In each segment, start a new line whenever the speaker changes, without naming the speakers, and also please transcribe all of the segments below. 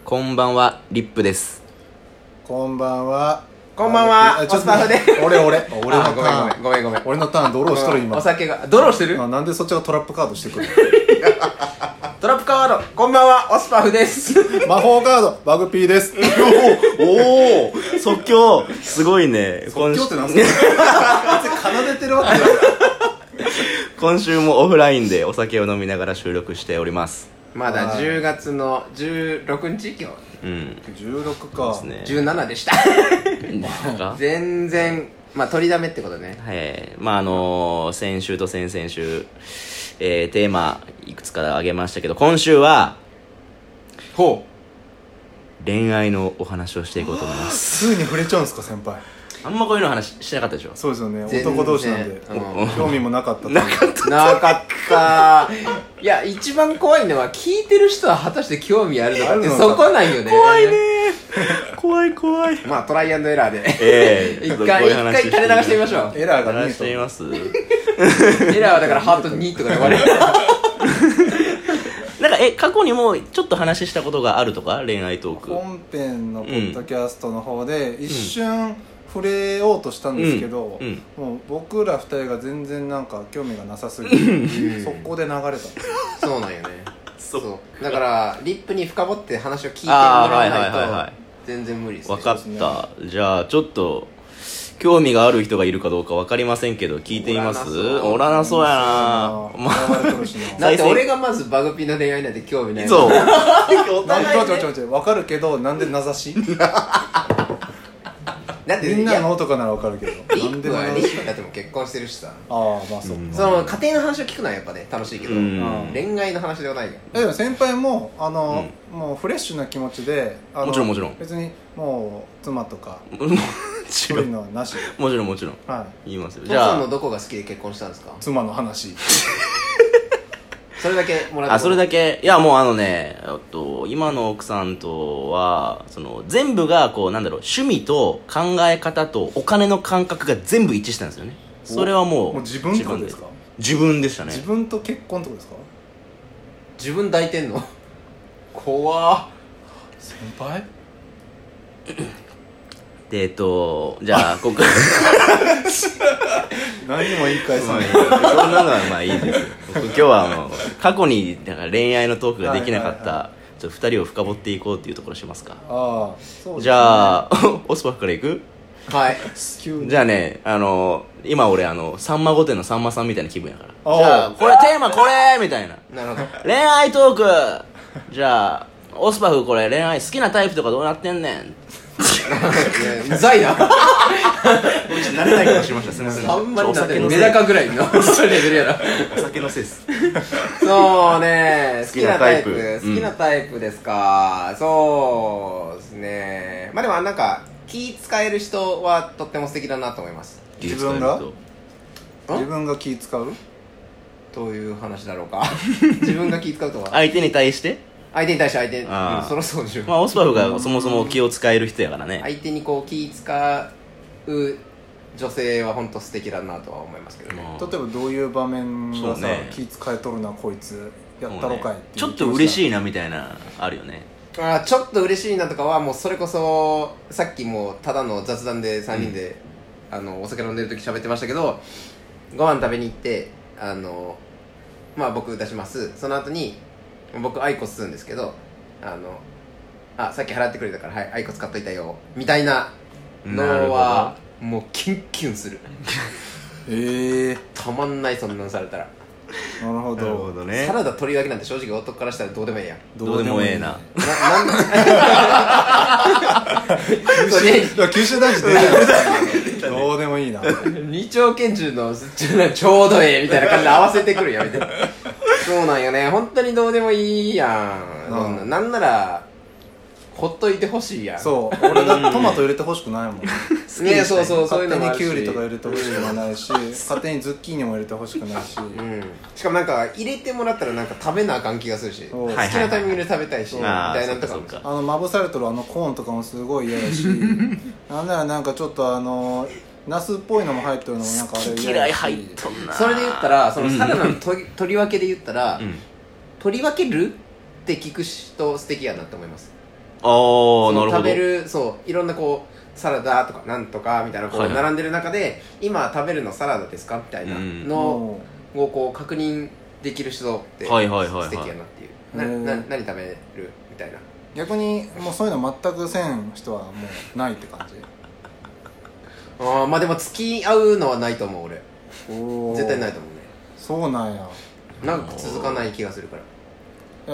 こんばんは、リップです。
こんばんは。
こんばんは。
ちょっと
おスパフで。
俺のターン。
ごめん。
俺のターンドローしとる今。
お酒がドローしてる。
なんでそっちがトラップカードしてくる
トラップカード。こんばんは、オスパフです。
魔法カードバグピーです。
おお、即興すごいね。
即興ってなんすか。別に奏でてるわけじゃない。
今週もオフラインでお酒を飲みながら収録しております。
まだ10月の16日今日。
16か。
ですね。
17でした。全然取りだめってことね。
はい。先週と先々週、テーマいくつか挙げましたけど、今週は恋愛のお話をしていこうと思います。
ついに触れちゃうんすか先輩。
あんまこういうの話してなかったでしょ。
そうですよね。男同士なんで、興味もなかった。
なかった。いや、一番怖いのは聞いてる人は果たして興味あるのかってそこないよね。
怖いね。怖い。
トライアンドエラーで一回垂れ流してみましょう。
エラーが
流してみます。
エラーはだからハート2とかで終わる。
なんか過去にもちょっと話したことがあるとか、恋愛トーク。
本編のポッドキャストの方で一瞬触れようとしたんですけど、もう僕ら二人が全然なんか興味がなさすぎて速攻で流れた。
そうなんよね。そうだからリップに深掘って話を聞いてもらわないと全然無理ですね。
分かった。じゃあちょっと興味がある人がいるかどうか分かりませんけど聞いてみます。おらなそうやな。
だって俺がまずバグピの恋愛なんて興味ない。
そう。
分かるけどなんで名指し。みんなのとかなら分かるけど、
リップはリップだっても結婚してるしさ。
そう
その家庭の話を聞くのはやっぱね楽しいけど、恋愛の話ではないよ。
でも先輩ももうフレッシュな気持ちで、
もちろん
別にもう妻とか
そういう
のはなし。
もちろん言いますよ。じ
ゃあのどこが好きで結婚したんですか。
妻の話。
それだけもらって。
それだけ。いやもう今の奥さんとは全部が趣味と考え方とお金の感覚が全部一致したんですよね。それはもう
自分ってことですか。
自分でしたね。
自分と結婚ってことですか。
自分抱いてんの。怖っ。
先輩
でじゃあここ
何も言い返さない。
そんなのはまあいいですよ。今日は過去にだから恋愛のトークができなかったちょっと2人を深掘っていこうっていうところしますか。
そうですね。
じゃあオスパフからいく。
はい。
じゃあね、今俺さんま御殿のさんまさんみたいな気分やから、じゃあこれテーマこれみたいな。
なるほど。
恋愛トーク。じゃあオスパフこれ恋愛好きなタイプとかどうなってんねん。
うざいな。
僕ちょっと慣れないかもしれました。すみません。
あんまりなってメダカぐらいのレベルやな。
お酒のせいです。
そうね、好きなタイプですか。そうですね。でもなんか気使える人はとっても素敵だなと思います。
自分が気使う
どういう話だろうか。自分が気使うとは
相手に対して
そろそろでしょ。
オスパフがそもそも気を使える人やからね。
相手に気使う女性は本当素敵だなとは思いますけどね。
例えばどういう場面がさ、気使えとるなこいつやったろかいっていう、
ちょっと嬉しいなみたいなあるよね。
ちょっと嬉しいなとかはもうそれこそさっきもただの雑談で3人で、お酒飲んでる時喋ってましたけど、ご飯食べに行って僕出します。その後に僕アイコスするんですけど、さっき払ってくれたからはいアイコス買っといたよみたいなのはもうキュンキュンする。たまんない。そんなんされたら。
なるほど
ね。
サラダ取り分けなんて正直男からしたらどうでもええやん。
どうでもええな。
九州男児でどうでもいいな。
二丁拳銃のちょうどええみたいな感じで合わせてくるやめて。そうなんよね。本当にどうでもいいやん。なんならほっといてほしいやん。
そう俺がトマト入れてほしくないもん。
ね、そういうのもあるし、
勝手にキュウリとか入れてほしくもないし、勝手にズッキーニも入れてほしくないし、
しかもなんか入れてもらったらなんか食べなあかん気がするし、好きなタイミングで食べたいしみたいなとか、
まぶされとるコーンとかもすごい嫌やしなんならなんかちょっとナスっぽいのも入ってるのもなんかあれ
嫌い入っとんな。
それで言ったらそのサラダの取り分けで言ったら、取り分けるって聞く人素敵やなって思います。
ああ、なるほど。
食べる、そういろんなこうサラダとかなんとかみたいなこう
はいはい
並んでる中で、今食べるのサラダですかみたいなのをこう確認できる人って素
はいはいはいはい
敵やなっていう、何食べるみたいな。
逆にもうそういうの全くせん人はもうないって感じ。
ああ、まあでも付き合うのはないと思う俺。絶対ないと思うね。
そうなんや。
長く続かない気がするから。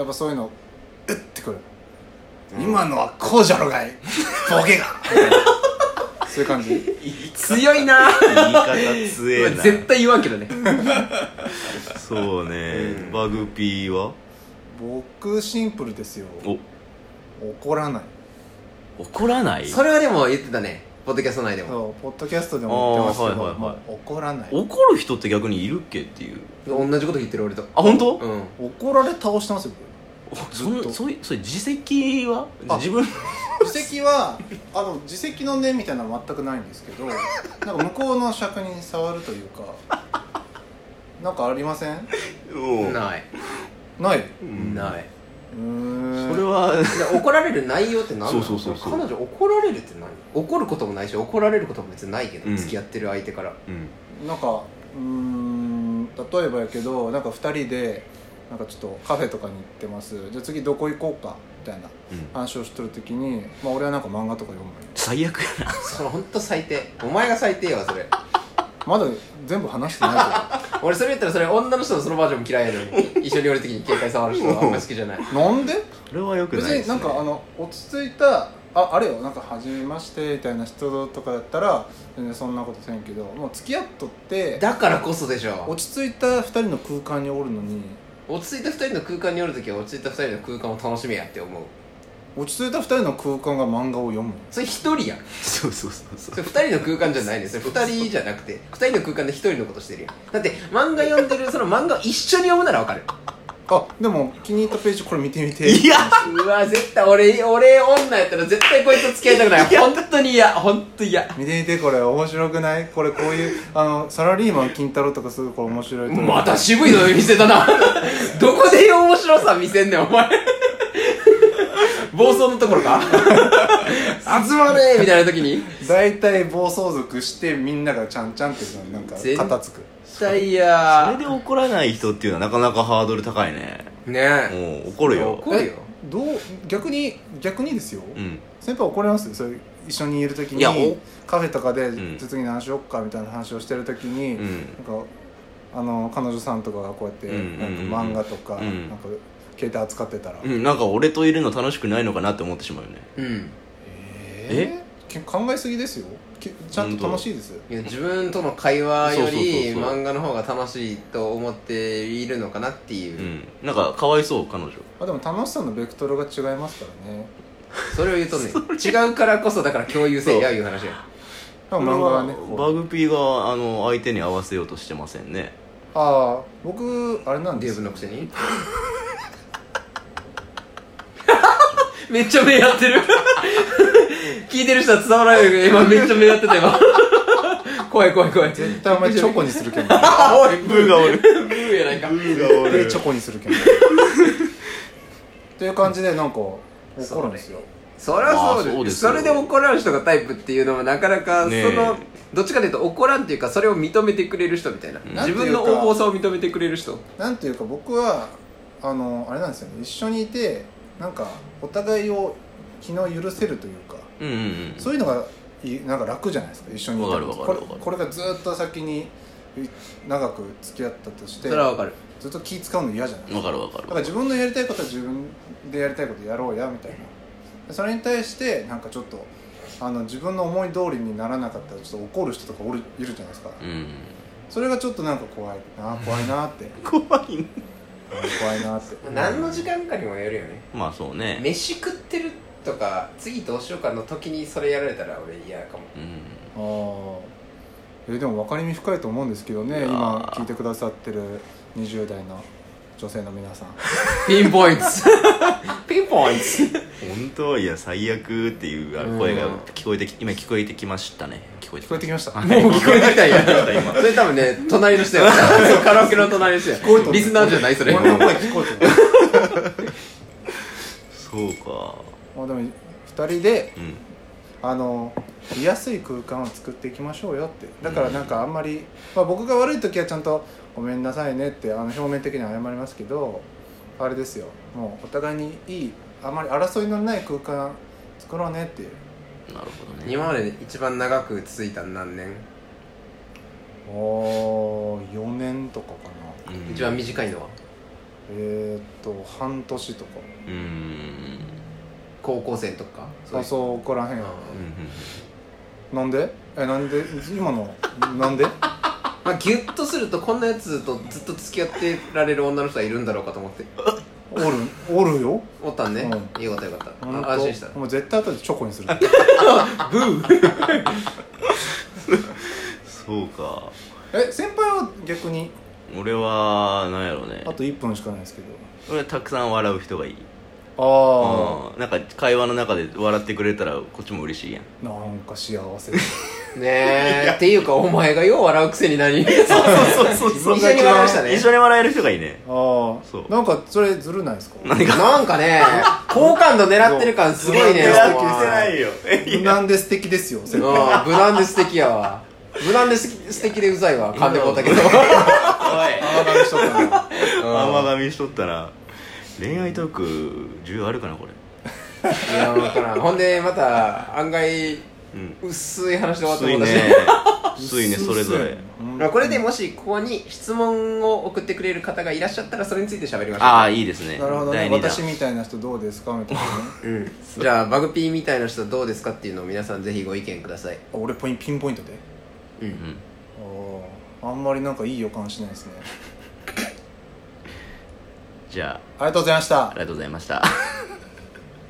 やっぱそういうのうってくる、今のはこうじゃろがいボケがそういう感じ。
強いな
言い方強えな。
絶対言わんけどね。
そうね、バグピーは
僕シンプルですよ。怒らない。
怒らない。
それはでも言ってたね、ポッドキャスト内でも。
そうポッドキャストでも言ってますけど、
はいはいはい、
もう怒らない。
怒る人って逆にいるっけっていう。
同じこと言ってる俺と。
あ、本当？
うん。
怒られ倒してますよ
そういう自責は自分
自責は自責の念みたいなのは全くないんですけど、なんか向こうの尺に触るというかなんかありません？
ない
ない
ない。
それは
怒られる内容って何なの？
そう
彼女怒られるって何？怒ることもないし怒られることも別にないけど、付き合ってる相手から、
なんか例えばやけど、なんか2人でなんかちょっとカフェとかに行ってます、じゃあ次どこ行こうかみたいな話をしてるときに、まあ俺はなんか漫画とか読む。
最悪やな。
それほんと最低。お前が最低やわそれ。
まだ全部話してない
俺それ言ったらそれ女の人のそのバージョン嫌いやのに一緒におるときに携帯触る人はあんまり好きじゃない。
けどなんで？
それはよくないです、ね、
別になんか落ち着いたあれよ、なんか初めましてみたいな人とかだったら全然そんなことせんけど、もう付き合っとって
だからこそでしょ。
落ち着いた2人の空間におるのに、
落ち着いた2人の空間におるときは落ち着いた2人の空間を楽しめやって思う。
落ち着いた2人の空間が漫画を読む。
それ1人やん。
そうそ
れ2人の空間じゃないね。それ2人じゃなくて2人の空間で1人のことしてるやん。だって漫画読んでるその漫画を一緒に読むならわかる。
でも気に入ったページこれ見てみて。
いや
うわ絶対俺女やったら絶対こいつと付き合いたくない。本当に嫌、本当に嫌。
見てみて、これ面白くない？これこういうサラリーマン金太郎とかすぐこれ面白いと思う。
また渋いの見せたな。どこで面白さ見せんねんお前。暴走のところか。集まれーみたいな時に
大体暴走族してみんながちゃんちゃんってなんか片付く。
絶対嫌。
それで怒らない人っていうのはなかなかハードル高いね。
ね
もう怒るよ。
怒るよ。
逆にですよ、
うん
先輩怒りますよ。それ一緒にいる時
いや
にカフェとかで
ん
次何しよっかみたいな話をしてる時に、なんか彼女さんとかがこうやってなんか漫画とか、なんか携帯扱ってたら、
なんか俺といるの楽しくないのかなって思ってしまうよね。
考えすぎですよ。ちゃんと楽しいです。
いや自分との会話より
そう
漫画の方が楽しいと思っているのかなっていう、
なんかかわいそう彼女。
でも楽しさのベクトルが違いますからね。
それを言うとね違うからこそだから共有せえやいう話や。
漫画はね、
バグピーが相手に合わせようとしてませんね。
僕あれなんです
デーブのくせにめっちゃ目やってる。聞いてる人は伝わらないけど今めっちゃ目やってた今。怖い
絶対お前チョコにするけど。
おい
ブーがおる。
ブーやないか。
ブーがおる。
チョコにするけど。っていう感じでなんか怒るんですよ。
そりゃそうです。それで怒らん人がタイプっていうのはなかなかどっちかというと怒らんっていうかそれを認めてくれる人みたいな、自分の横暴さを認めてくれる人
なんていうか、僕はあれなんですよね、一緒にいてなんかお互いを気の許せるというか、そういうのがなんか楽じゃないですか。一緒にいたらこれがずっと先に長く付き合ったとして、
それは分かる。
ずっと気使うの嫌じゃないですか。
分かる。
だから自分のやりたいことは自分でやりたいことやろうやみたいな。それに対してなんかちょっと自分の思い通りにならなかったらちょっと怒る人とかいるじゃないですか。それがちょっとなんか怖いなって怖いなって
何の時間かにもよるよね。
まあそうね。
飯食ってるとか次どうしようかの時にそれやられたら俺嫌かも。
でも分かりみ深いと思うんですけどね、今聞いてくださってる20代の女性の皆さん。
ピンポイントピンポイント
本当。いや最悪っていう声が今聞こえてきましたね。聞こえてきました。
もう聞こえてきたんや。それ多分ね隣の人や。カラオケの隣の人や。リスナーじゃないそれ。
俺の声聞こえてる。
そうか。
まあでも2人で
うん
居やすい空間を作っていきましょうよって。だからなんかあんまり、まあ、僕が悪い時はちゃんとごめんなさいねって表面的には謝りますけど、あれですよ、もうお互いにいい、あまり争いのない空間作ろうねっていう。
なるほどね。
今までで一番長く続いた何年？
4年とかかな。
うん
一番短いのは
半年とか。
高校生とか。
そうここらへん。
うん
なんでなんで今のなんで
まあギュッとするとこんなやつとずっと付き合ってられる女の人はいるんだろうかと思って。
おるよ。
おったんね、
う
よかったよかった。
本当
安心した。
もう絶対後でチョコにする。
ブー
そうか。
先輩は逆に
俺はなんやろうね。
あと1分しかないですけど。
俺はたくさん笑う人がいい。なんか会話の中で笑ってくれたらこっちも嬉しいやん。
なんか幸せ
ねえっていうかお前がよう笑うくせに何
そう
そう
一緒に笑いましたね。
一緒に笑える人がいいね。
そうなんかそれずるないですか？
なんかね好感度狙ってる感すごいね。
狙ってないよ。
無難で素敵ですよ。
無難で素敵やわ。無難で素敵でうざいわ。噛んでもうたけど。
おい
甘噛みしとったな。
甘噛みしとったな。恋愛トーク需要あるかなこれ。
いや分からん。ほんでまた案外薄い話で終わってもうたし、
薄いねそれぞれ。
まあこれでもしここに質問を送ってくれる方がいらっしゃったらそれについて喋りましょう。
ああいいですね。
なるほどね。
第二弾
私みたいな人どうですかみたいなね。
じゃあバグピーみたいな人どうですかっていうのを皆さんぜひご意見ください。
俺ピンポイントで。あんまりなんかいい予感しないですね。
じゃ
ありがとうございました。
あありがとうございました。